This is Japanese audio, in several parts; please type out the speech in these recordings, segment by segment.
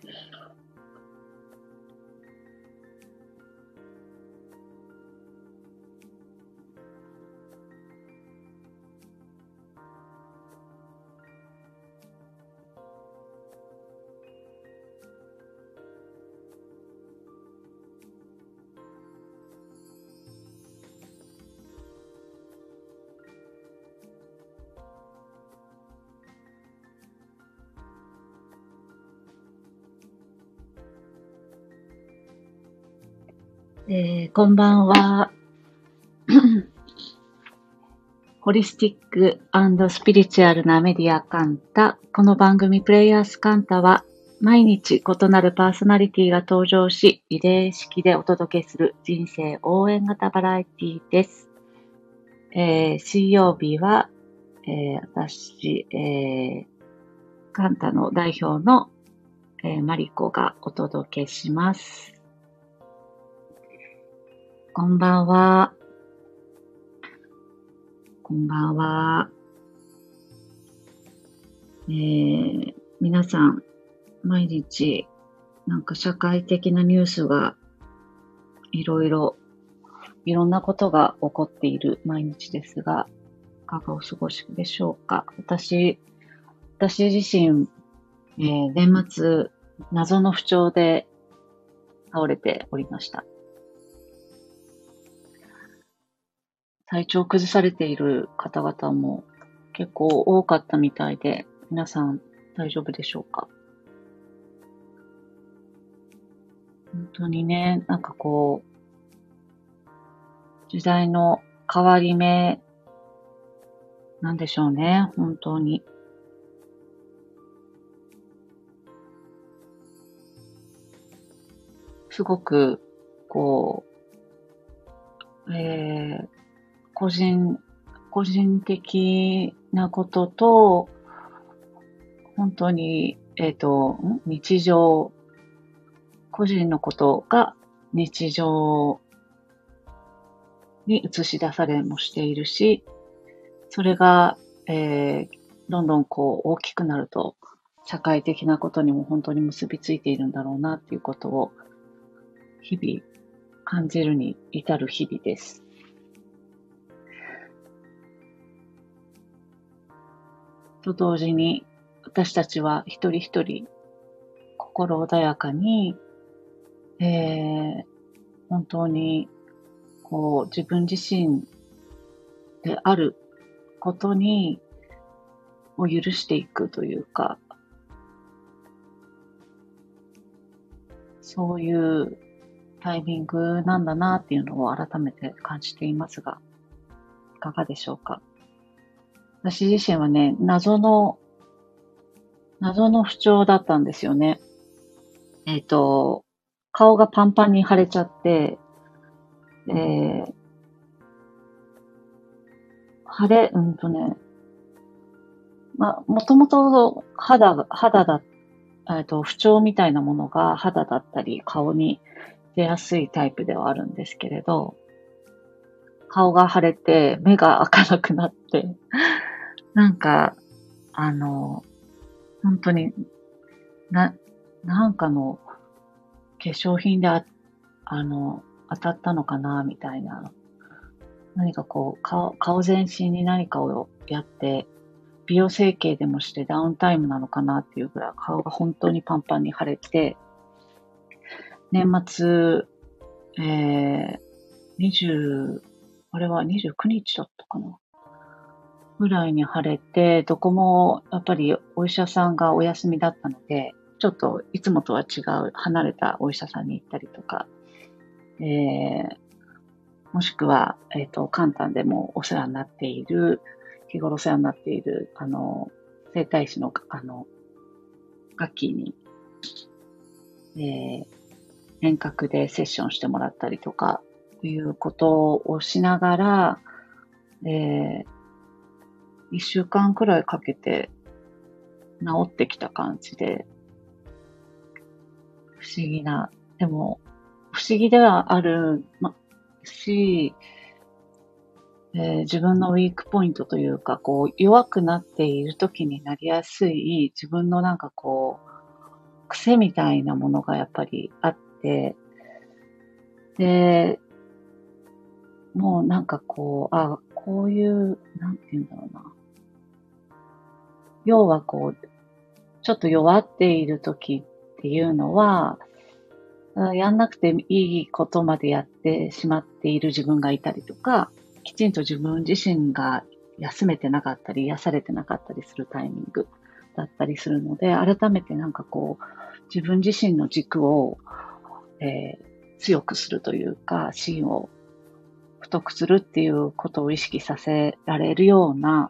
こんばんは。ホリスティック&スピリチュアルなメディアカンタ。この番組プレイヤースカンタは毎日異なるパーソナリティが登場し、リレー式でお届けする人生応援型バラエティです。水曜日は、私、カンタの代表の、マリコがお届けします。こんばんは。こんばんは。皆さん、毎日、なんか社会的なニュースがいろんなことが起こっている毎日ですが、いかがお過ごしでしょうか。私自身、年末、謎の不調で倒れておりました。体調を崩されている方々も結構多かったみたいで、皆さん大丈夫でしょうか。本当にね、なんかこう、時代の変わり目なんでしょうね、本当に。すごく、こう、個人的なことと、本当に、日常、個人のことが日常に映し出されもしているし、それが、どんどんこう大きくなると、社会的なことにも本当に結びついているんだろうなっていうことを、日々感じるに至る日々です。と同時に、私たちは一人一人心穏やかに、本当にこう自分自身であることにを許していくというか、そういうタイミングなんだなっていうのを改めて感じていますが、いかがでしょうか。私自身はね、謎の不調だったんですよね。顔がパンパンに腫れちゃって、腫れ、もともと不調みたいなものが肌だったり顔に出やすいタイプではあるんですけれど、顔が腫れて目が開かなくなって、なんか、本当になんかの化粧品で当たったのかなみたいな。何かこう、顔全身に何かをやって、美容整形でもしてダウンタイムなのかなっていうぐらい顔が本当にパンパンに腫れて、年末、あれは29日だったかなぐらいに腫れて、どこもやっぱりお医者さんがお休みだったので、ちょっといつもとは違う離れたお医者さんに行ったりとか、もしくは、簡単でもお世話になっている、日頃お世話になっている、整体師の、ガッキーに、遠隔でセッションしてもらったりとか、いうことをしながら、一週間くらいかけて治ってきた感じで、でも、不思議ではあるし、自分のウィークポイントというか、こう、弱くなっている時になりやすい、自分のなんかこ癖みたいなものがやっぱりあって、で、もうなんかこう、こういう、なんて言うんだろうな。要はこう、ちょっと弱っている時っていうのは、やんなくていいことまでやってしまっている自分がいたりとか、きちんと自分自身が休めてなかったり、癒されてなかったりするタイミングだったりするので、改めてなんかこう、自分自身の軸を、強くするというか、芯を太くするっていうことを意識させられるような、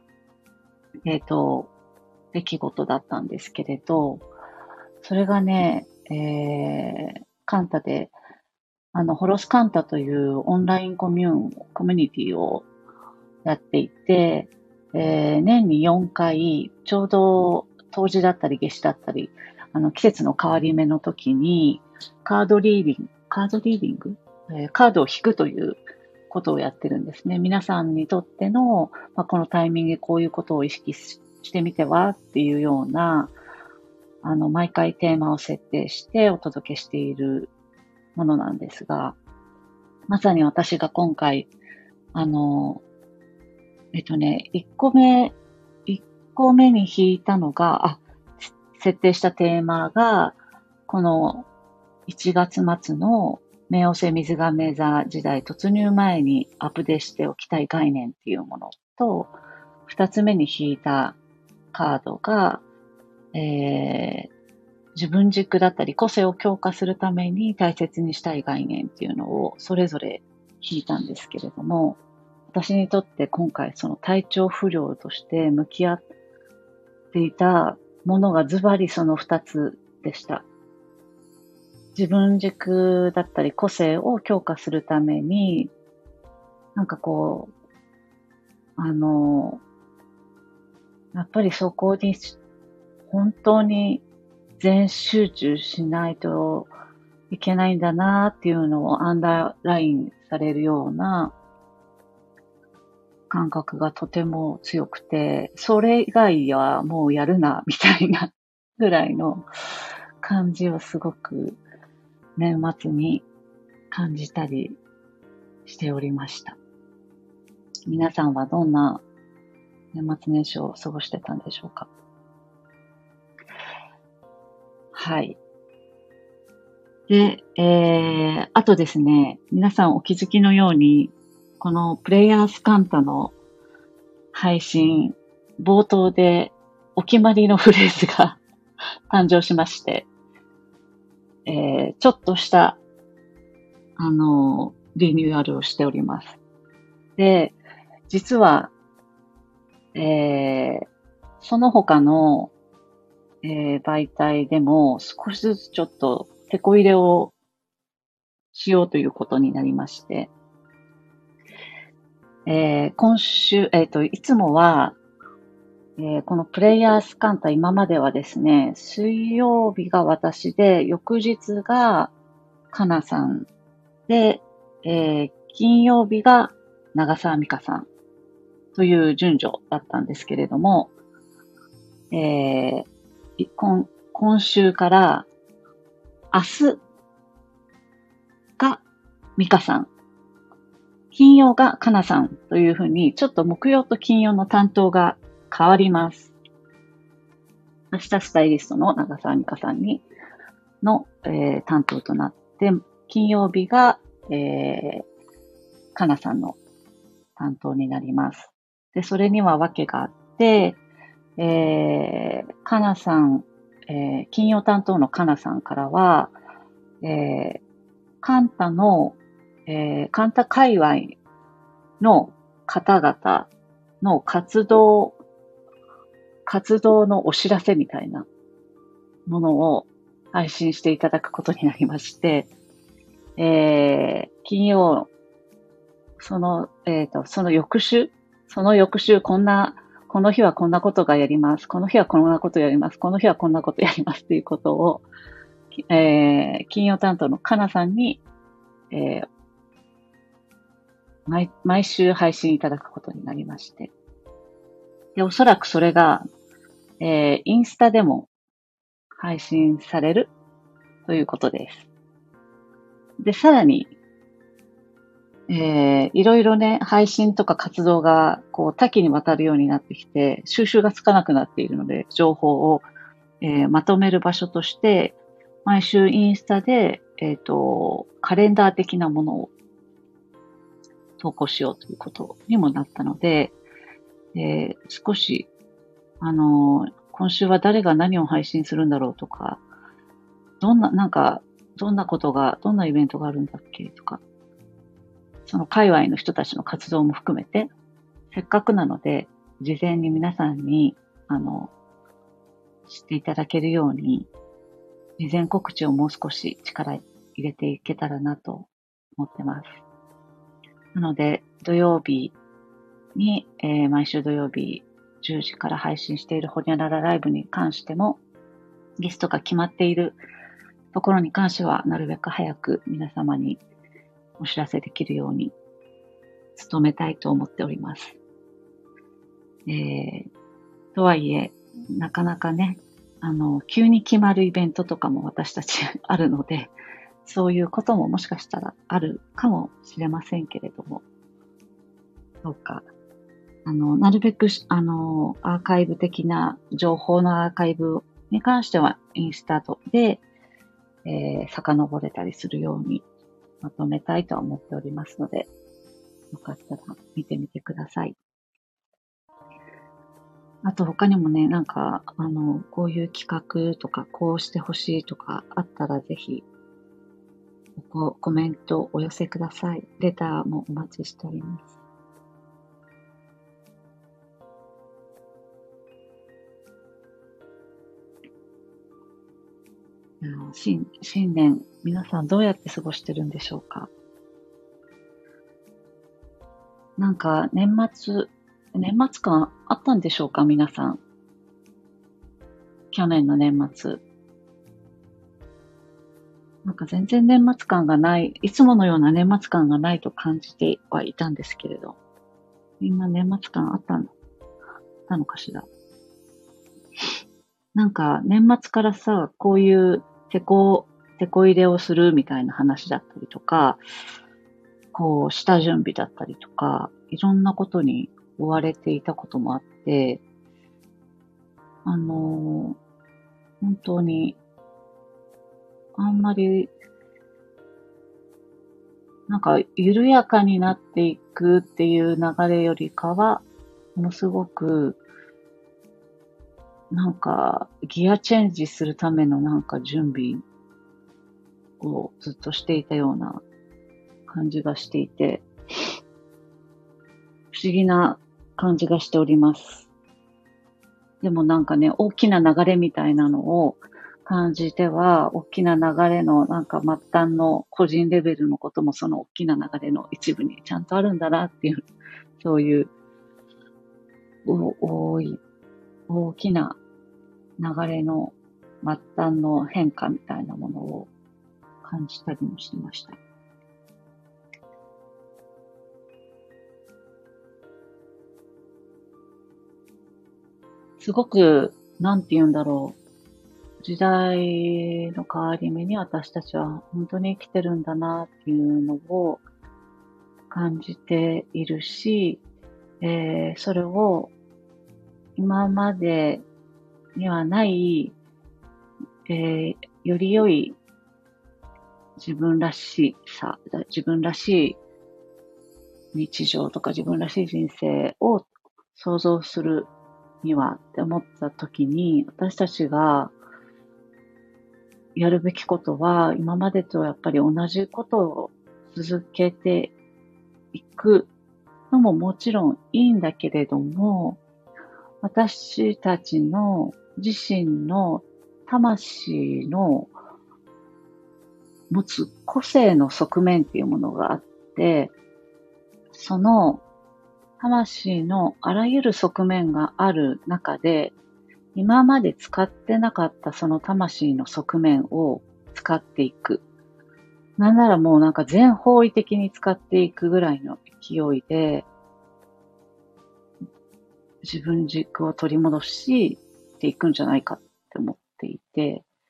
出来事だったんですけれど、それがね、カンタで、ホロスカンタというオンラインコミュニティをやっていて、年に4回、ちょうど冬至だったり夏至だったり、季節の変わり目の時に、カードリーディング、カードを引くということをやってるんですね。皆さんにとっての、このタイミングでこういうことを意識してみてはっていうような、毎回テーマを設定してお届けしているものなんですが、まさに私が今回、1個目に引いたのが、設定したテーマが、この1月末の冥王星水亀座時代突入前にアップデートしておきたい概念っていうものと、2つ目に引いたカードが、自分軸だったり個性を強化するために大切にしたい概念っていうのをそれぞれ引いたんですけれども、私にとって今回その体調不良として向き合っていたものがズバリその2つでした。自分軸だったり個性を強化するために、なんかこう、やっぱりそこに本当に全集中しないといけないんだなっていうのをアンダーラインされるような感覚がとても強くて、それ以外はもうやるなみたいなぐらいの感じをすごく年末に感じたりしておりました。皆さんはどんな年末年始を過ごしてたんでしょうか？はい。で、あとですね、皆さんお気づきのように、このプレイヤースカンタの配信、冒頭でお決まりのフレーズが誕生しまして、ちょっとした、リニューアルをしております。で、実は、その他の、媒体でも少しずつちょっと手こ入れをしようということになりまして、今週、いつもは、このプレイヤースカンタ今まではですね、水曜日が私で、翌日がかなさんで、金曜日が長澤美香さんという順序だったんですけれども、今週から明日が美香さん、金曜がかなさんというふうに、ちょっと木曜と金曜の担当が変わります。明日スタイリストの長澤美香さんの、担当となって、金曜日が、かなさんの担当になります。で、それには訳があって、かなさん、金曜担当のかなさんからは、カンタの、カンタ界隈の方々の活動のお知らせみたいなものを配信していただくことになりまして、金曜、その翌週、この日はこんなことがやります。この日はこんなことやります。この日はこんなことやりますということを、金曜担当のかなさんに、毎週配信いただくことになりまして。で、おそらくそれが、インスタでも配信されるということです。で、さらに、いろいろね、配信とか活動がこう多岐にわたるようになってきて、収集がつかなくなっているので、情報を、まとめる場所として、毎週インスタで、カレンダー的なものを投稿しようということにもなったので、少し、今週は誰が何を配信するんだろうとか、どんなことが、どんなイベントがあるんだっけとか、その界隈の人たちの活動も含めて、せっかくなので、事前に皆さんに、知っていただけるように、事前告知をもう少し力入れていけたらなと思ってます。なので、土曜日に、毎週土曜日10時から配信しているホニャララライブに関しても、ゲストが決まっているところに関しては、なるべく早く皆様にお知らせできるように努めたいと思っております。とはいえ、なかなかね、急に決まるイベントとかも私たちあるので、そういうことももしかしたらあるかもしれませんけれども、どうか、なるべく、アーカイブ的な情報のアーカイブに関しては、インスタで、遡れたりするようにまとめたいと思っておりますので、よかったら見てみてください。あと他にもね、こういう企画とか、こうしてほしいとかあったらぜひ、コメントお寄せください。レターもお待ちしております。新年、皆さんどうやって過ごしてるんでしょうか？なんか年末感あったんでしょうか、皆さん。去年の年末。なんか全然年末感がない、いつものような年末感がないと感じてはいたんですけれど、みんな年末感あったのかしら。なんか年末からさ、こういう手こ入れをするみたいな話だったりとか、こう下準備だったりとか、いろんなことに追われていたこともあって、本当にあんまりなんか緩やかになっていくっていう流れよりかは、ものすごくなんかギアチェンジするためのなんか準備をずっとしていたような感じがしていて、不思議な感じがしております。でもなんかね、大きな流れみたいなのを感じては、大きな流れのなんか末端の個人レベルのこともその大きな流れの一部にちゃんとあるんだなっていう、そういう大きな流れの末端の変化みたいなものを感じたりもしました。すごく、なんて言うんだろう。時代の変わり目に私たちは本当に生きてるんだなっていうのを感じているし、それを今までにはない、より良い自分らしさ、自分らしい日常とか自分らしい人生を想像するにはって思った時に、私たちがやるべきことは、今までとやっぱり同じことを続けていくのももちろんいいんだけれども、私たちの自身の魂の持つ個性の側面っていうものがあって、その魂のあらゆる側面がある中で、今まで使ってなかったその魂の側面を使っていく。なんならもうなんか全方位的に使っていくぐらいの勢いで、自分軸を取り戻していくんじゃないかって思っていて、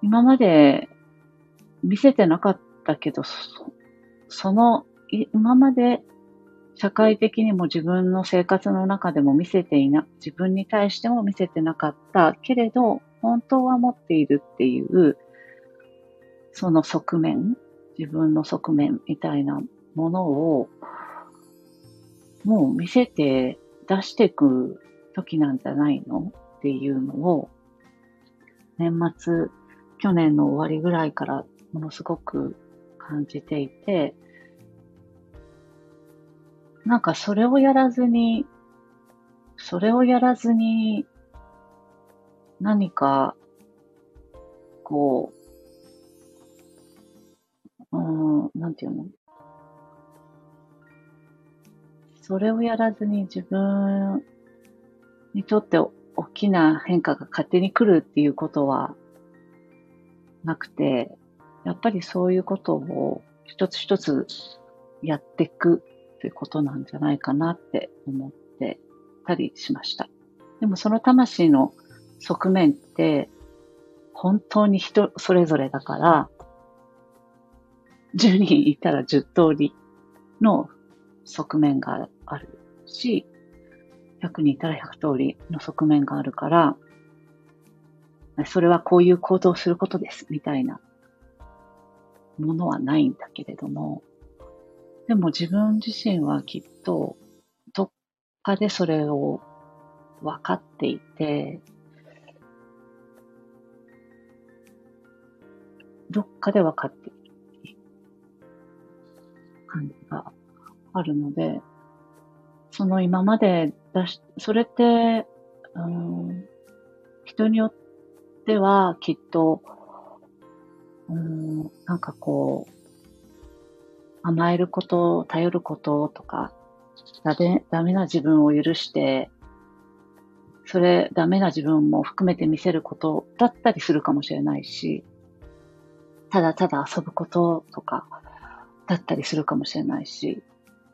今まで見せてなかったけど、今まで社会的にも自分の生活の中でも自分に対しても見せてなかったけれど、本当は持っているっていう、その自分の側面みたいなものを、もう見せて出していく時なんじゃないのっていうのを、年末、去年の終わりぐらいからものすごく感じていて、なんかそれをやらずに何か、こなんていうの、それをやらずに自分にとって大きな変化が勝手に来るっていうことはなくて、やっぱりそういうことを一つ一つやっていくっていうことなんじゃないかなって思ってたりしました。でもその魂の側面って本当に人それぞれだから、10人いたら10通りの側面があるし、100人いたら100通りの側面があるから、それはこういう行動をすることですみたいなものはないんだけれども、でも自分自身はきっとどっかでそれを分かっていて、どっかで分かっている感じがあるので、その今までそれって、人によってはきっと、なんかこう、甘えること、頼ることとか、ダメな自分を許して、ダメな自分も含めて見せることだったりするかもしれないし、ただただ遊ぶこととかだったりするかもしれないし、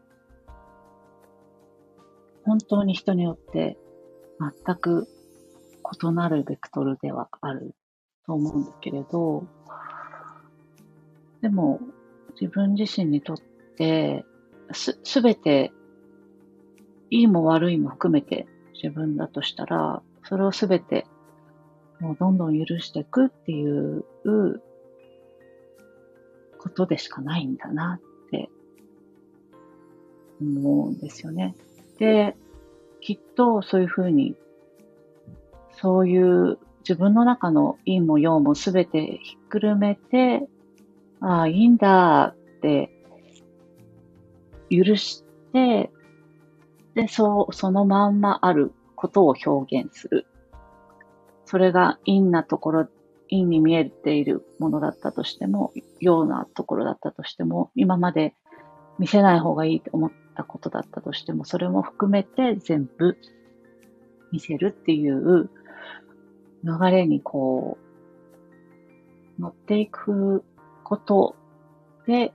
本当に人によって全く異なるベクトルではあると思うんだけれど、でも自分自身にとってすべていいも悪いも含めて自分だとしたら、それをすべてもうどんどん許していくっていうことでしかないんだなって思うんですよね。で、きっとそういうふうに、そういう自分の中の陰も陽もすべてひっくるめて、ああ、いいんだって許して、で、そのまんまあることを表現する。それが陰に見えているものだったとしても、陽なところだったとしても、今まで見せない方がいいと思ったことだったとしても、それも含めて全部見せるっていう流れに乗っていくことで、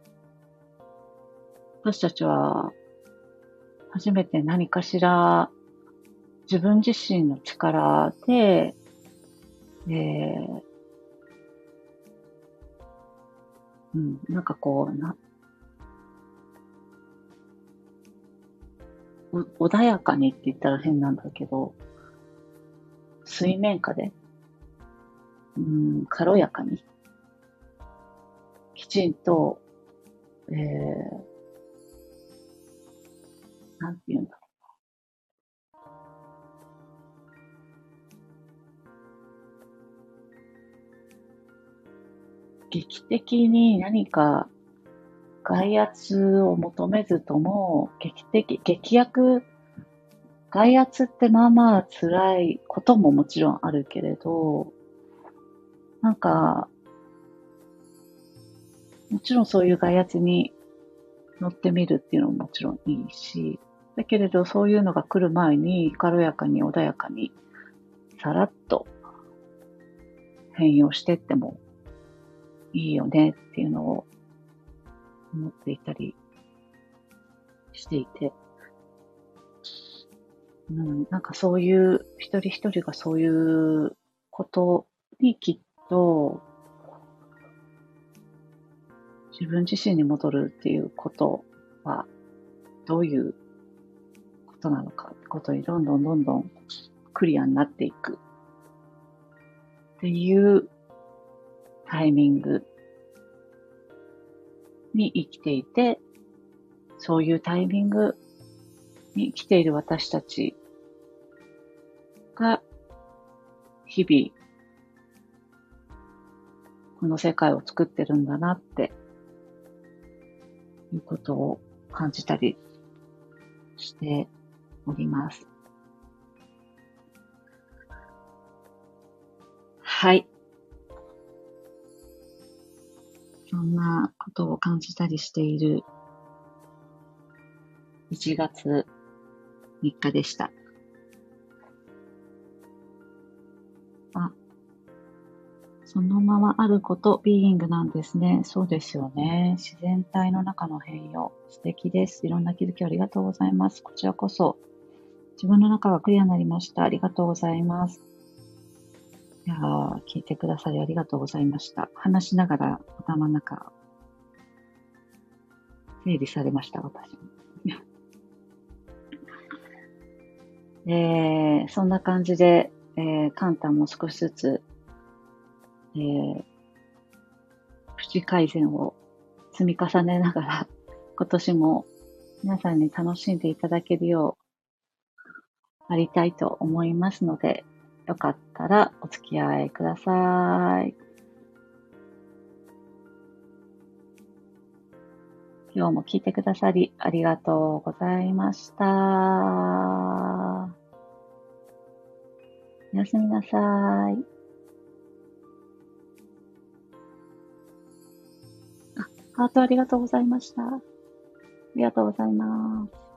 私たちは初めて何かしら自分自身の力で、なんか穏やかにって言ったら変なんだけど、水面下で、軽やかに、きちんと、なんて言うんだろう。劇的に何か外圧を求めずとも、外圧ってまあまあ辛いことももちろんあるけれど、なんか、もちろんそういう外圧に乗ってみるっていうのももちろんいいし、だけれどそういうのが来る前に軽やかに穏やかにさらっと変容してってもいいよねっていうのを思っていたりしていて、なんかそういう一人一人がそういうことにきっと、自分自身に戻るっていうことはどういうことなのかってことにどんどんクリアになっていくっていうタイミングに生きていて、そういうタイミングに生きている私たちが日々この世界を作ってるんだなっていうことを感じたりしております。はい。そんなことを感じたりしている1月3日でした。そのままあること、ビーイングなんですね。そうですよね。自然体の中の変容。素敵です。いろんな気づきをありがとうございます。こちらこそ。自分の中がクリアになりました。ありがとうございます。いやー、聞いてくださりありがとうございました。話しながら頭の中、整理されました、私も。そんな感じで、カンタも少しずつ、プチ改善を積み重ねながら、今年も皆さんに楽しんでいただけるようありたいと思いますので、よかったらお付き合いください。今日も聞いてくださりありがとうございました。おやすみなさい。ハートありがとうございました。ありがとうございます。